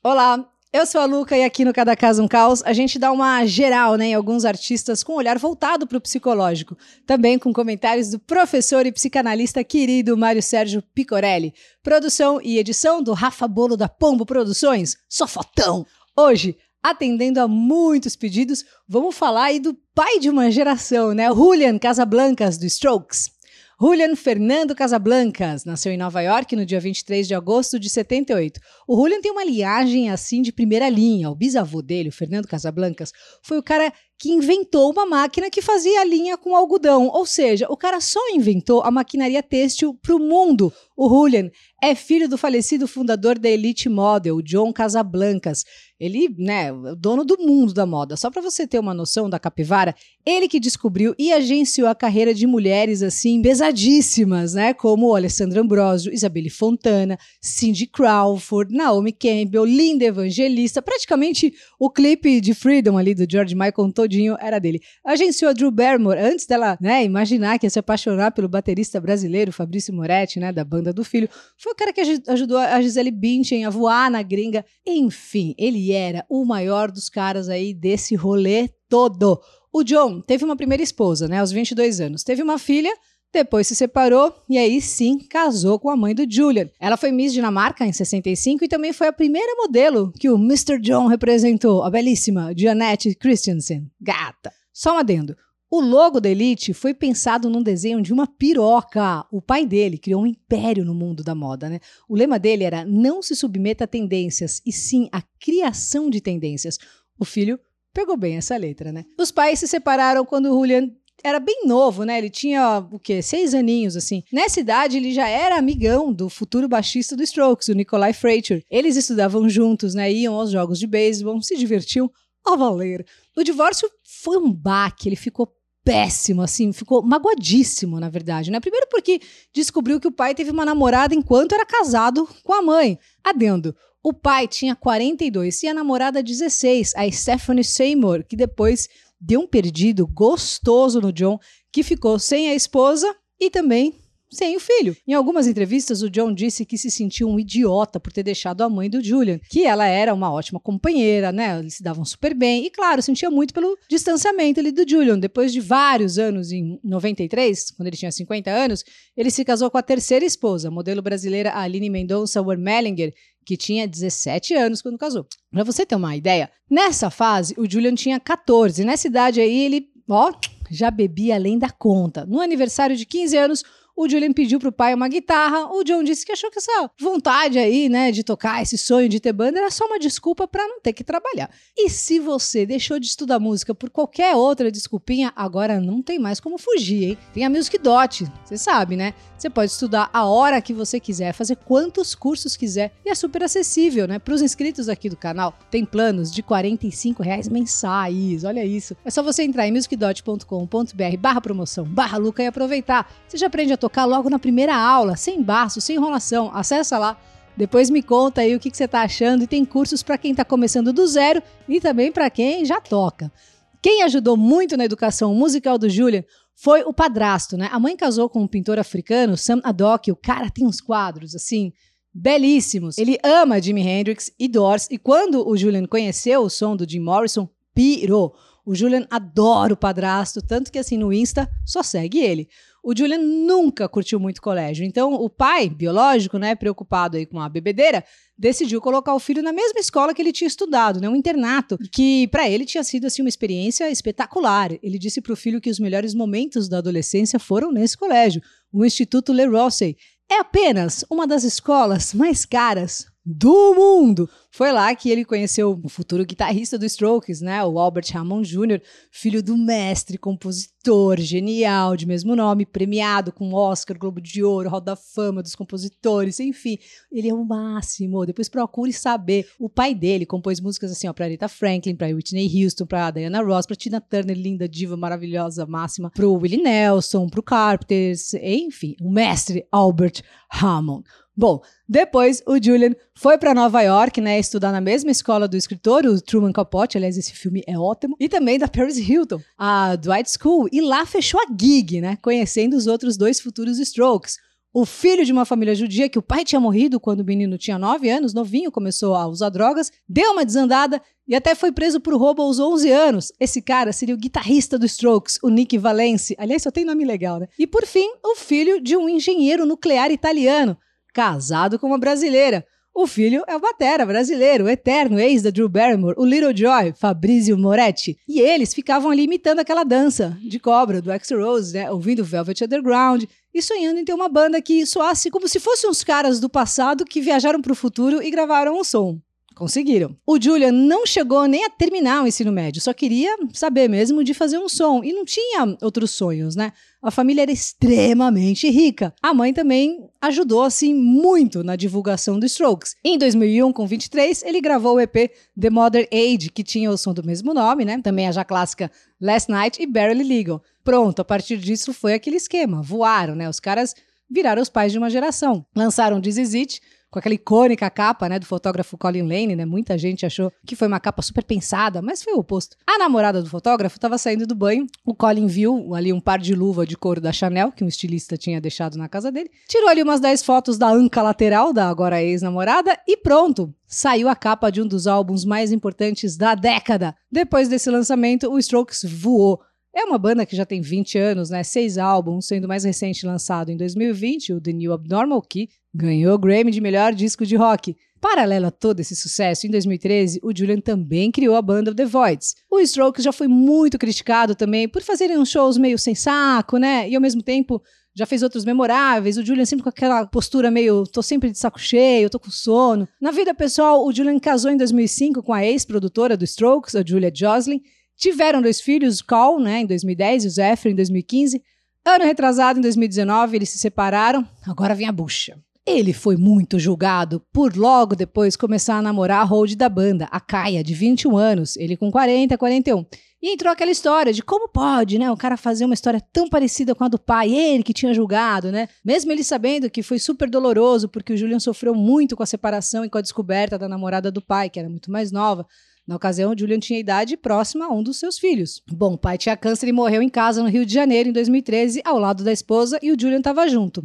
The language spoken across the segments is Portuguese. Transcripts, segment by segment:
Olá, eu sou a Luca e aqui no Cada Caso um Caos a gente dá uma geral, né, em alguns artistas com um olhar voltado para o psicológico. Também com comentários do professor e psicanalista querido Mário Sérgio Picorelli. Produção e edição do Rafa Bolo da Pombo Produções. Só fotão! Hoje, atendendo a muitos pedidos, vamos falar aí do pai de uma geração, né? Julian Casablancas, do Strokes. Julian Fernando Casablancas nasceu em Nova York no dia 23 de agosto de 78. O Julian tem uma linhagem assim de primeira linha. O bisavô dele, o Fernando Casablancas, foi o cara que inventou uma máquina que fazia a linha com algodão. Ou seja, o cara só inventou a maquinaria têxtil para o mundo. O Julian é filho do falecido fundador da Elite Model, John Casablancas. Ele, né, é o dono do mundo da moda. Só para você ter uma noção da capivara, ele que descobriu e agenciou a carreira de mulheres assim pesadíssimas, né, como Alessandra Ambrosio, Isabelle Fontana, Cindy Crawford, Naomi Campbell, Linda Evangelista. Praticamente o clipe de Freedom ali do George Michael todinho era dele. Agenciou a Drew Barrymore antes dela, né, imaginar que ia se apaixonar pelo baterista brasileiro Fabrício Moretti, né, da banda do filho. Foi o cara que ajudou a Gisele Bündchen a voar na gringa. Enfim, ele era o maior dos caras aí desse rolê todo. O John teve uma primeira esposa, né, aos 22 anos. Teve uma filha, depois se separou e aí sim casou com a mãe do Julian. Ela foi Miss Dinamarca em 65 e também foi a primeira modelo que o Mr. John representou, a belíssima Jeanette Christensen. Gata! Só um adendo. O logo da Elite foi pensado num desenho de uma piroca. O pai dele criou um império no mundo da moda, né? O lema dele era não se submeta a tendências, e sim a criação de tendências. O filho pegou bem essa letra, né? Os pais se separaram quando o Julian era bem novo, né? Ele tinha, 6 aninhos, assim. Nessa idade, ele já era amigão do futuro baixista do Strokes, o Nikolai Fraiture. Eles estudavam juntos, né? Iam aos jogos de beisebol, se divertiam a valer. O divórcio foi um baque, ele ficou péssimo, assim, ficou magoadíssimo, na verdade, né? Primeiro porque descobriu que o pai teve uma namorada enquanto era casado com a mãe. Adendo, o pai tinha 42 e a namorada 16, a Stephanie Seymour, que depois deu um perdido gostoso no John, que ficou sem a esposa e também sem o filho. Em algumas entrevistas, o John disse que se sentiu um idiota por ter deixado a mãe do Julian, que ela era uma ótima companheira, né? Eles se davam super bem e, claro, sentia muito pelo distanciamento ali do Julian. Depois de vários anos, em 93, quando ele tinha 50 anos, ele se casou com a terceira esposa, a modelo brasileira Aline Mendonça Wermelinger, que tinha 17 anos quando casou. Pra você ter uma ideia, nessa fase, o Julian tinha 14. Nessa idade aí, ele, já bebia além da conta. No aniversário de 15 anos, o Julian pediu pro pai uma guitarra, o John disse que achou que essa vontade aí, né, de tocar, esse sonho de ter banda era só uma desculpa pra não ter que trabalhar. E se você deixou de estudar música por qualquer outra desculpinha, agora não tem mais como fugir, hein? Tem a Music Dot, você sabe, né? Você pode estudar a hora que você quiser, fazer quantos cursos quiser e é super acessível, né? Para os inscritos aqui do canal, tem planos de R$45 mensais, olha isso. É só você entrar em musicdot.com.br/promoção/Luca e aproveitar. Você já aprende a tocar logo na primeira aula, sem baço, sem enrolação. Acessa lá. Depois me conta aí o que você está achando e tem cursos para quem está começando do zero e também para quem já toca. Quem ajudou muito na educação musical do Julian foi o padrasto, né? A mãe casou com um pintor africano, Sam Adoki. O cara tem uns quadros, assim, belíssimos. Ele ama Jimi Hendrix e Doors. E quando o Julian conheceu o som do Jim Morrison, pirou. O Julian adora o padrasto, tanto que assim no Insta só segue ele. O Julian nunca curtiu muito colégio, então o pai, biológico, né, preocupado aí com a bebedeira, decidiu colocar o filho na mesma escola que ele tinha estudado, né, um internato, que para ele tinha sido assim uma experiência espetacular. Ele disse para o filho que os melhores momentos da adolescência foram nesse colégio, o Instituto Le Rosey. É apenas uma das escolas mais caras do mundo. Foi lá que ele conheceu o futuro guitarrista do Strokes, né? O Albert Hammond Jr., filho do mestre, compositor, genial, de mesmo nome, premiado com Oscar, Globo de Ouro, Hall da Fama dos compositores, enfim. Ele é o máximo. Depois procure saber. O pai dele compôs músicas assim, ó, pra Aretha Franklin, pra Whitney Houston, pra Diana Ross, pra Tina Turner, linda, diva, maravilhosa, máxima, pro Willie Nelson, pro Carpenters, enfim, o mestre Albert Hammond. Bom, depois o Julian foi para Nova York, né, estudar na mesma escola do escritor, o Truman Capote, aliás, esse filme é ótimo, e também da Paris Hilton, a Dwight School, e lá fechou a gig, né, conhecendo os outros dois futuros Strokes, O filho de uma família judia, que o pai tinha morrido quando o menino tinha 9 anos, novinho, começou a usar drogas, deu uma desandada e até foi preso por roubo aos 11 anos. Esse cara seria o guitarrista dos Strokes, o Nick Valence. Aliás, só tem nome legal, né? E por fim, o filho de um engenheiro nuclear italiano, casado com uma brasileira. O filho é o batera brasileiro, o eterno ex da Drew Barrymore, o Little Joy, Fabrizio Moretti. E eles ficavam ali imitando aquela dança de cobra do X-Rose, né? Ouvindo Velvet Underground e sonhando em ter uma banda que soasse como se fossem uns caras do passado que viajaram para o futuro e gravaram um som. Conseguiram. O Julian não chegou nem a terminar o ensino médio, só queria saber mesmo de fazer um som e não tinha outros sonhos, né? A família era extremamente rica. A mãe também ajudou, assim, muito na divulgação dos Strokes. Em 2001, com 23, ele gravou o EP The Modern Age, que tinha o som do mesmo nome, né? Também a já clássica Last Night e Barely Legal. Pronto, a partir disso foi aquele esquema. Voaram, né? Os caras viraram os pais de uma geração. Lançaram This Is It, com aquela icônica capa, né, do fotógrafo Colin Lane, né? Muita gente achou que foi uma capa super pensada, mas foi o oposto. A namorada do fotógrafo estava saindo do banho, o Colin viu ali um par de luva de couro da Chanel, que um estilista tinha deixado na casa dele, tirou ali umas 10 fotos da anca lateral da agora ex-namorada e pronto! Saiu a capa de um dos álbuns mais importantes da década. Depois desse lançamento, o Strokes voou. É uma banda que já tem 20 anos, né? 6 álbuns, sendo o mais recente lançado em 2020, o The New Abnormal, que ganhou o Grammy de melhor disco de rock. Paralelo a todo esse sucesso, em 2013, o Julian também criou a banda The Voids. O Strokes já foi muito criticado também por fazerem uns shows meio sem saco, né? E ao mesmo tempo já fez outros memoráveis. O Julian sempre com aquela postura meio, tô sempre de saco cheio, tô com sono. Na vida pessoal, o Julian casou em 2005 com a ex-produtora do Strokes, a Julia Joslin. Tiveram 2 filhos, Carl, né, em 2010, e o Zephyr, em 2015. Ano retrasado, em 2019, eles se separaram. Agora vem a bucha. Ele foi muito julgado por logo depois começar a namorar a hold da banda, a Kaia, de 21 anos, ele com 40, 41. E entrou aquela história de como pode, né, o cara fazer uma história tão parecida com a do pai, ele que tinha julgado, né? Mesmo ele sabendo que foi super doloroso, porque o Julian sofreu muito com a separação e com a descoberta da namorada do pai, que era muito mais nova. Na ocasião, o Julian tinha idade próxima a um dos seus filhos. Bom, o pai tinha câncer e morreu em casa no Rio de Janeiro em 2013, ao lado da esposa, e o Julian estava junto.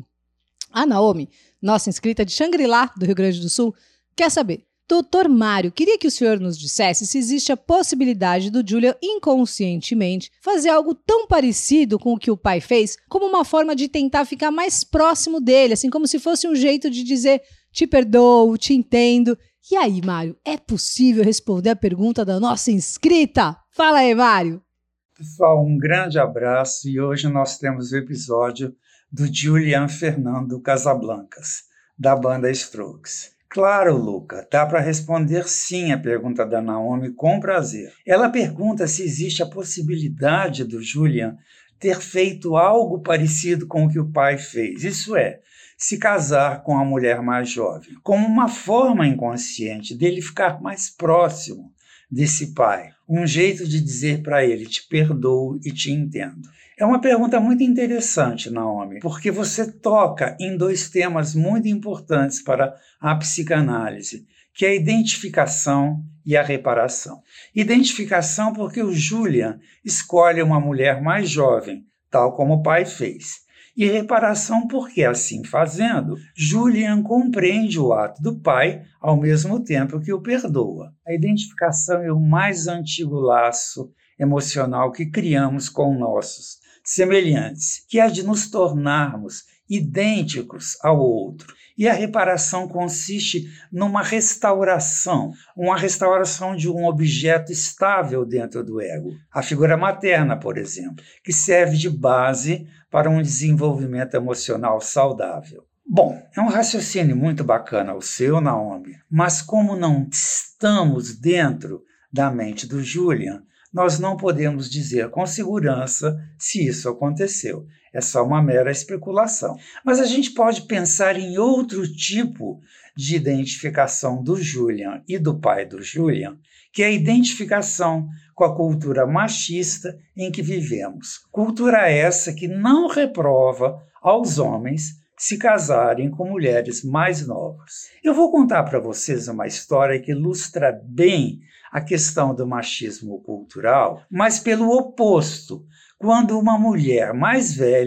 A Naomi, nossa inscrita de Xangri-Lá, do Rio Grande do Sul, quer saber: Doutor Mário, queria que o senhor nos dissesse se existe a possibilidade do Julian inconscientemente fazer algo tão parecido com o que o pai fez, como uma forma de tentar ficar mais próximo dele, assim como se fosse um jeito de dizer te perdoo, te entendo. E aí, Mário, é possível responder a pergunta da nossa inscrita? Fala aí, Mário! Pessoal, um grande abraço e hoje nós temos o episódio do Julian Fernando Casablancas, da banda Strokes. Claro, Luca, dá para responder sim a pergunta da Naomi com prazer. Ela pergunta se existe a possibilidade do Julian ter feito algo parecido com o que o pai fez. Isso é, se casar com a mulher mais jovem, como uma forma inconsciente dele ficar mais próximo desse pai. Um jeito de dizer para ele, te perdoo e te entendo. É uma pergunta muito interessante, Naomi, porque você toca em 2 temas muito importantes para a psicanálise, que é a identificação e a reparação. Identificação porque o Julian escolhe uma mulher mais jovem, tal como o pai fez. E reparação porque, assim fazendo, Julian compreende o ato do pai ao mesmo tempo que o perdoa. A identificação é o mais antigo laço emocional que criamos com nossos semelhantes, que é de nos tornarmos idênticos ao outro. E a reparação consiste numa restauração, uma restauração de um objeto estável dentro do ego. A figura materna, por exemplo, que serve de base para um desenvolvimento emocional saudável. Bom, é um raciocínio muito bacana o seu, Naomi, mas como não estamos dentro da mente do Julian, nós não podemos dizer com segurança se isso aconteceu. É só uma mera especulação. Mas a gente pode pensar em outro tipo de identificação do Julian e do pai do Julian, que é a identificação com a cultura machista em que vivemos. Cultura essa que não reprova aos homens se casarem com mulheres mais novas. Eu vou contar para vocês uma história que ilustra bem a questão do machismo cultural, mas pelo oposto, quando uma mulher mais velha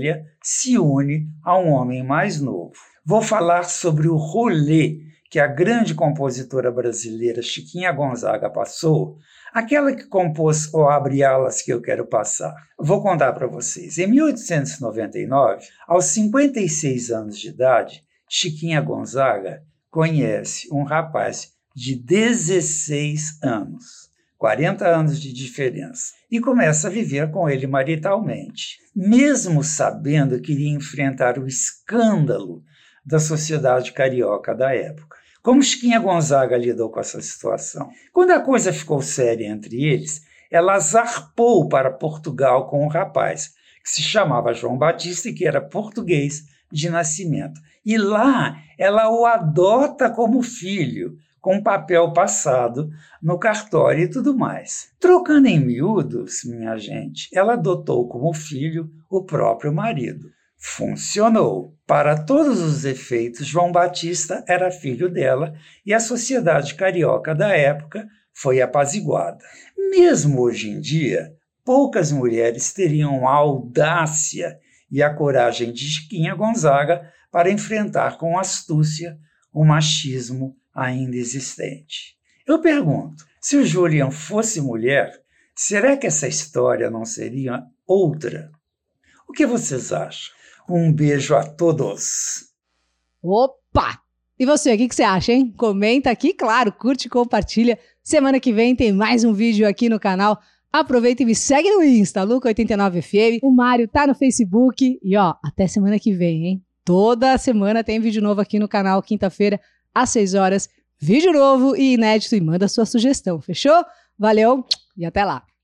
se une a um homem mais novo. Vou falar sobre o rolê que a grande compositora brasileira Chiquinha Gonzaga passou, aquela que compôs O Abre Alas que eu quero passar. Vou contar para vocês. Em 1899, aos 56 anos de idade, Chiquinha Gonzaga conhece um rapaz de 16 anos, 40 anos de diferença, e começa a viver com ele maritalmente, mesmo sabendo que iria enfrentar o escândalo da sociedade carioca da época. Como Chiquinha Gonzaga lidou com essa situação? Quando a coisa ficou séria entre eles, ela zarpou para Portugal com um rapaz que se chamava João Batista e que era português de nascimento. E lá ela o adota como filho, com papel passado no cartório e tudo mais. Trocando em miúdos, minha gente, ela adotou como filho o próprio marido. Funcionou. Para todos os efeitos, João Batista era filho dela e a sociedade carioca da época foi apaziguada. Mesmo hoje em dia, poucas mulheres teriam a audácia e a coragem de Chiquinha Gonzaga para enfrentar com astúcia o machismo ainda existente. Eu pergunto, se o Julian fosse mulher, será que essa história não seria outra? O que vocês acham? Um beijo a todos. Opa! E você, o que você acha, hein? Comenta aqui, claro, curte e compartilha. Semana que vem tem mais um vídeo aqui no canal. Aproveita e me segue no Insta, Luca89FM. O Mário tá no Facebook. E ó, até semana que vem, hein? Toda semana tem vídeo novo aqui no canal, quinta-feira, às 6 horas. Vídeo novo e inédito e manda sua sugestão, fechou? Valeu e até lá!